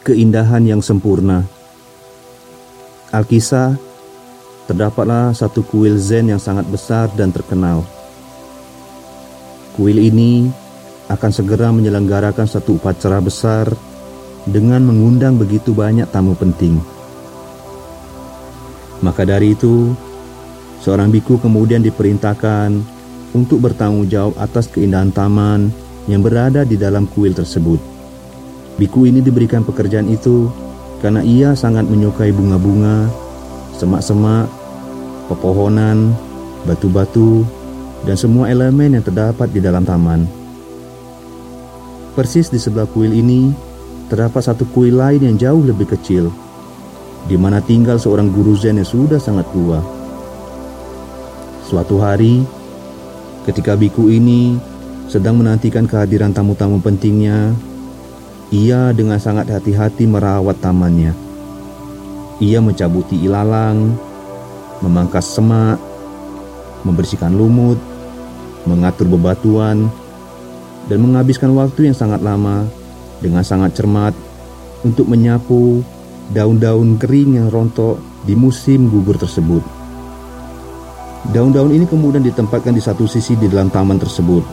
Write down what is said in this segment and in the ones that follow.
keindahan yang sempurna. Alkisah, terdapatlah satu kuil Zen yang sangat besar dan terkenal. Kuil ini akan segera menyelenggarakan satu upacara besar dengan mengundang begitu banyak tamu penting. Maka dari itu, seorang biku kemudian diperintahkan untuk bertanggung jawab atas keindahan taman yang berada di dalam kuil tersebut. Biku ini diberikan pekerjaan itu karena ia sangat menyukai bunga-bunga, semak-semak, pepohonan, batu-batu, dan semua elemen yang terdapat di dalam taman. Persis di sebelah kuil ini, terdapat satu kuil lain yang jauh lebih kecil, di mana tinggal seorang guru Zen yang sudah sangat tua. Suatu hari, ketika biku ini sedang menantikan kehadiran tamu-tamu pentingnya, ia dengan sangat hati-hati merawat tamannya. Ia mencabuti ilalang, memangkas semak, membersihkan lumut, mengatur bebatuan, dan menghabiskan waktu yang sangat lama dengan sangat cermat untuk menyapu daun-daun kering yang rontok di musim gugur tersebut. Daun-daun ini kemudian ditempatkan di satu sisi di dalam taman tersebut.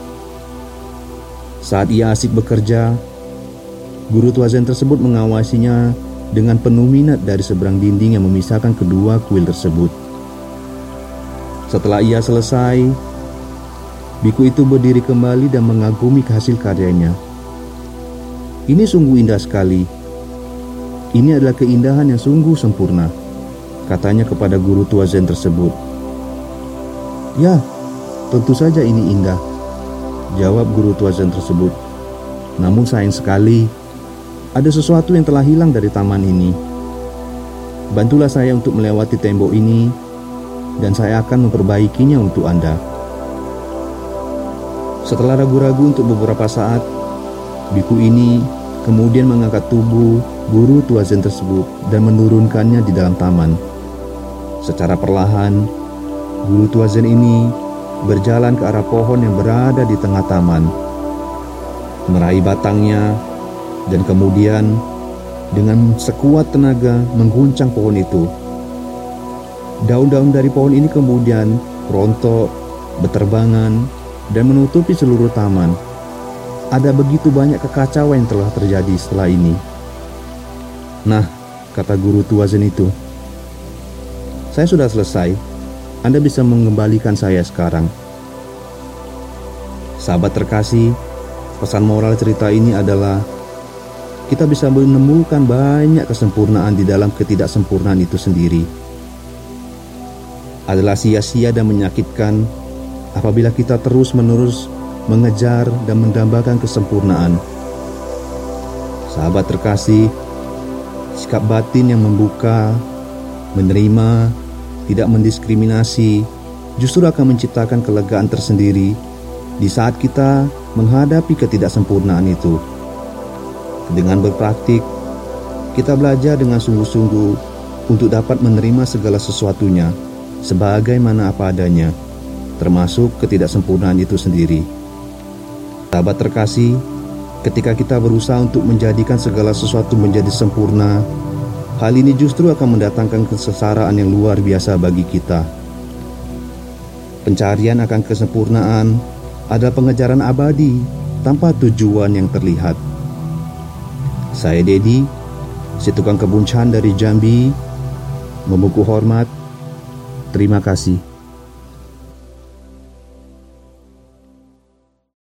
Saat ia asik bekerja, guru tua Zen tersebut mengawasinya dengan penuh minat dari seberang dinding yang memisahkan kedua kuil tersebut. Setelah ia selesai, biku itu berdiri kembali dan mengagumi hasil karyanya. Ini sungguh indah sekali. Ini adalah keindahan yang sungguh sempurna, katanya kepada guru tua Zen tersebut. Ya, tentu saja ini indah, jawab guru tua Zen tersebut. Namun sayang sekali, ada sesuatu yang telah hilang dari taman ini. Bantulah saya untuk melewati tembok ini, dan saya akan memperbaikinya untuk Anda. Setelah ragu-ragu untuk beberapa saat, biku ini kemudian mengangkat tubuh guru tua Zen tersebut dan menurunkannya di dalam taman. Secara perlahan, guru tua Zen ini berjalan ke arah pohon yang berada di tengah taman, meraih batangnya, dan kemudian dengan sekuat tenaga mengguncang pohon itu. Daun-daun dari pohon ini kemudian rontok, berterbangan, dan menutupi seluruh taman. Ada begitu banyak kekacauan yang telah terjadi setelah ini. Nah, kata guru tua Zen itu, saya sudah selesai. Anda bisa mengembalikan saya sekarang. Sahabat terkasih, pesan moral cerita ini adalah kita bisa menemukan banyak kesempurnaan di dalam ketidaksempurnaan itu sendiri. Adalah sia-sia dan menyakitkan apabila kita terus-menerus mengejar dan mendambakan kesempurnaan. Sahabat terkasih, sikap batin yang membuka, menerima, tidak mendiskriminasi, justru akan menciptakan kelegaan tersendiri di saat kita menghadapi ketidaksempurnaan itu. Dengan berpraktik, kita belajar dengan sungguh-sungguh untuk dapat menerima segala sesuatunya sebagaimana apa adanya, termasuk ketidaksempurnaan itu sendiri. Sahabat terkasih, ketika kita berusaha untuk menjadikan segala sesuatu menjadi sempurna, hal ini justru akan mendatangkan kesengsaraan yang luar biasa bagi kita. Pencarian akan kesempurnaan adalah pengejaran abadi tanpa tujuan yang terlihat. Saya Dedi, si tukang kebun Chan dari Jambi, membuku hormat. Terima kasih.